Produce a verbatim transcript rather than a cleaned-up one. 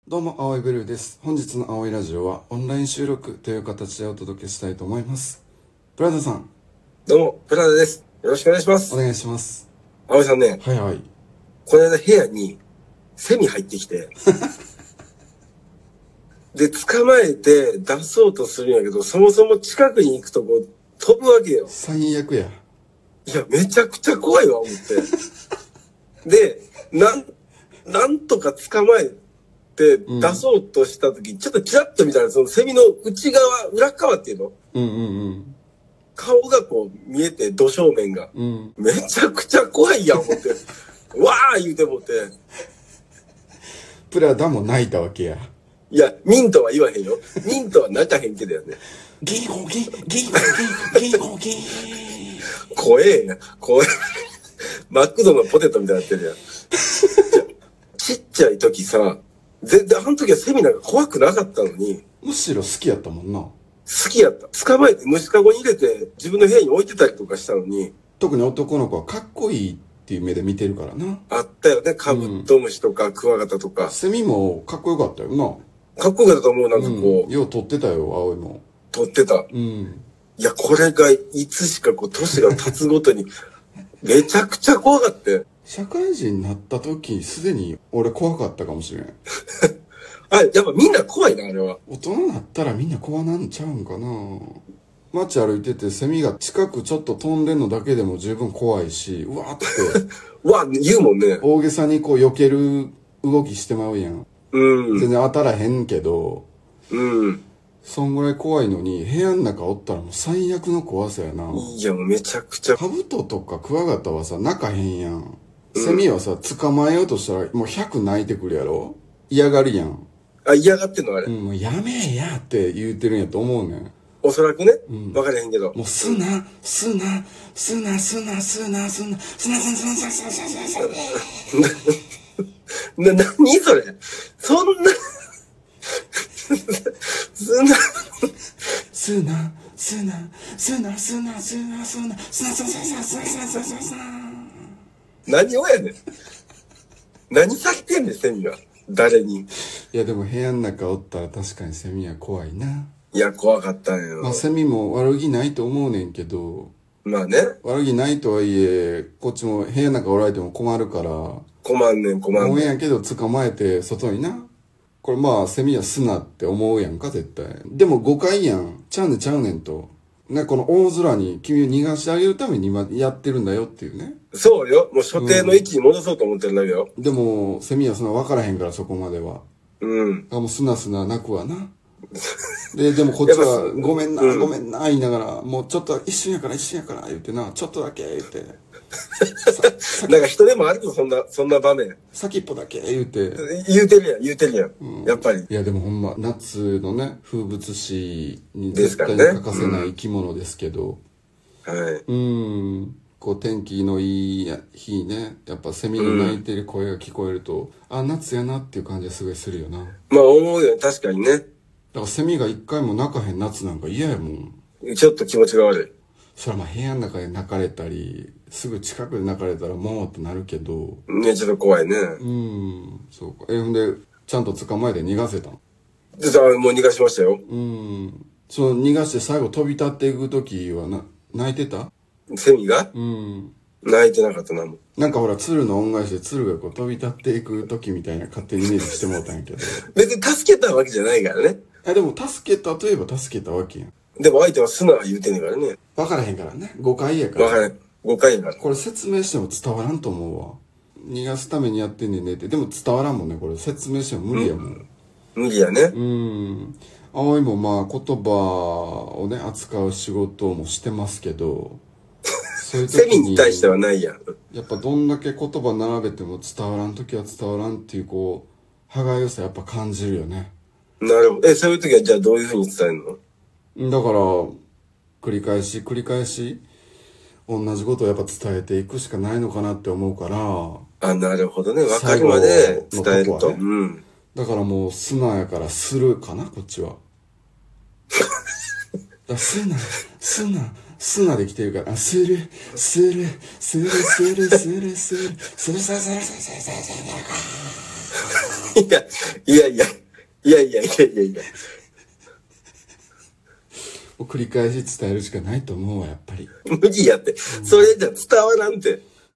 どうも、青いブルーです。本日の青いラジオはオンライン収録という形でお届けしたいと思います。プラダさん。 どうも、プラダです。よろしくお願いします。 お願いします。 青井さんね。 はいはい。 この間部屋にセミ入ってきて。で、捕まえて出そうとするんやけど、そもそも近くに行くとこう飛ぶわけよ。 最悪や。 いや、めちゃくちゃ怖いわ、思って。で、なん、なんとか捕まえて出そうとした時、うん、ちょっとキラッと見たら、そのセミの内側、裏側っていうの、 うんうんうん、 顔がこう見えて、土正面が、 うん。 めちゃくちゃ怖いやん、思って。わー言うてもって。 プラダも泣いたわけや。 いや、ミントは言わへんよ。ミントは泣かへんけどやね。 ギンゴギン、ギンゴギン、ギンゴギン。 怖えや。怖え。マクドのポテトみたいになってるやん。ちっちゃい時さ、全然あの時はセミなんか怖くなかったのに。 むしろ好きやったもんな。 好きやった。捕まえて虫かごに入れて自分の部屋に置いてたりとかしたのに。 特に男の子はかっこいいっていう目で見てるからな。 あったよね。カブトムシとかクワガタとか、うん。 セミもかっこよかったよな。 かっこよかったと思う。なんかこう。 うん、よう撮ってたよ、青いも。 撮ってた。 うん。 いや、これがいつしかこう年が経つごとにめちゃくちゃ怖かった。 社会人になった時すでに俺怖かったかもしれん。 あれ、やっぱみんな怖いな、あれは。 大人になったらみんな怖なんちゃうんかな。街歩いててセミが近くちょっと飛んでんのだけでも十分怖いし、うわーってうわ言うもんね。 大げさにこう避ける動きしてまうやん。 うん。 全然当たらへんけど、 うん。 そんぐらい怖いのに部屋の中おったらもう最悪の怖さやな。 いやもうめちゃくちゃ。 カブトとかクワガタはさ泣かへんやん。セミはさ捕まえようとしたらもうひゃく鳴いてくるやろ。嫌がるやん。 あ、嫌がってんのあれ。 うん、もうやめえやって言うてるんやと思うねん。 おそらくね。うん。分からへんけど。 もうすな、すな、すな、すな、すな、すな、すな、すな、すな、すな、すな、すな、すな、な、なにそれ。そんな、すな、 すな、すな、すな、すな、すな、すな、すな、すな、すな、すな、すな、すな、すな。 何をやねん。何されてんねん、セミが。誰に。いや、でも部屋の中おったら確かにセミは怖いな。 いや、怖かったんよ。 まあ、セミも悪気ないと思うねんけど。 まあね。 悪気ないとはいえ、こっちも部屋の中おられても困るから。 困んねん、困んねん。 思うやんけど捕まえて外にな。これまあ、セミはすなって思うやんか、絶対。でも誤解やん。ちゃうねんちゃうねんと。ね、この大空に君を逃がしてあげるために今やってるんだよっていうね。 そうよ。もう所定の位置に戻そうと思ってるんだけど。 うん、でも、セミはそんな分からへんから、そこまでは。 うん。 あ、もうすなすな泣くわな。で、でもこっちは、ごめんな、うん、ごめんな、言いながら、もうちょっと一瞬やから一瞬やから言ってな、ちょっとだけ言って。 なんか人でもあるよ、そんな、そんな場面。 先っぽだけ言うて。 言うてるやん、言うてるやん。うん、やっぱり。 いや、でもほんま、夏のね、風物詩に絶対に欠かせない生き物ですけど。 はい。 うん。こう、天気のいい日ね、やっぱセミの鳴いてる声が聞こえると、うん、あ、夏やなっていう感じがすごいするよな。 まあ思うよね、確かにね。 だからセミが一回も鳴かへん夏なんか嫌やもん。 ちょっと気持ちが悪い。 それはまあ部屋の中で泣かれたり、すぐ近くで泣かれたらもうってなるけど。 ね、ちょっと怖いね。 うん、そうか。え、ほんで、ちゃんと捕まえて逃がせたの？ でさ、もう逃がしましたよ。 うん。その逃がして最後飛び立っていくときはな、泣いてた？ セミが？ うん。 泣いてなかったな、もう。 なんかほら、鶴の恩返しで鶴がこう飛び立っていくときみたいな勝手にイメージしてもうたんやけど。 別に助けたわけじゃないからね。 え、でも助けたといえば助けたわけやん。 でも相手は素直言うてんねんからね。 分からへんからね。誤解やから。 分からへん。誤解やから。 これ説明しても伝わらんと思うわ。逃がすためにやってんねんねって。でも伝わらんもんね。これ説明しても無理やもん。うん、 無理やね。 うん。葵もまあ言葉をね、扱う仕事もしてますけど、 そういう時にセミに対してはないやん。 やっぱどんだけ言葉並べても伝わらん時は伝わらんっていうこう、歯がゆさやっぱ感じるよね。 なるほど。え、そういう時はじゃあどういうふうに伝えるの？ だから、繰り返し繰り返し、同じことをやっぱ伝えていくしかないのかなって思うから。 あ、なるほどね。分かるまで伝えると。ね、うん。 だからもう、すなやからするかな、こっちは。だすな、すな、すなで来てるから、あ、する、する、する、する、する、する、する、する、する、する、する、する、 いや、いやいや、いやいやいやいやいや。 繰り返し伝えるしかないと思うわ、やっぱり。 無理やって。それじゃ伝わらんて。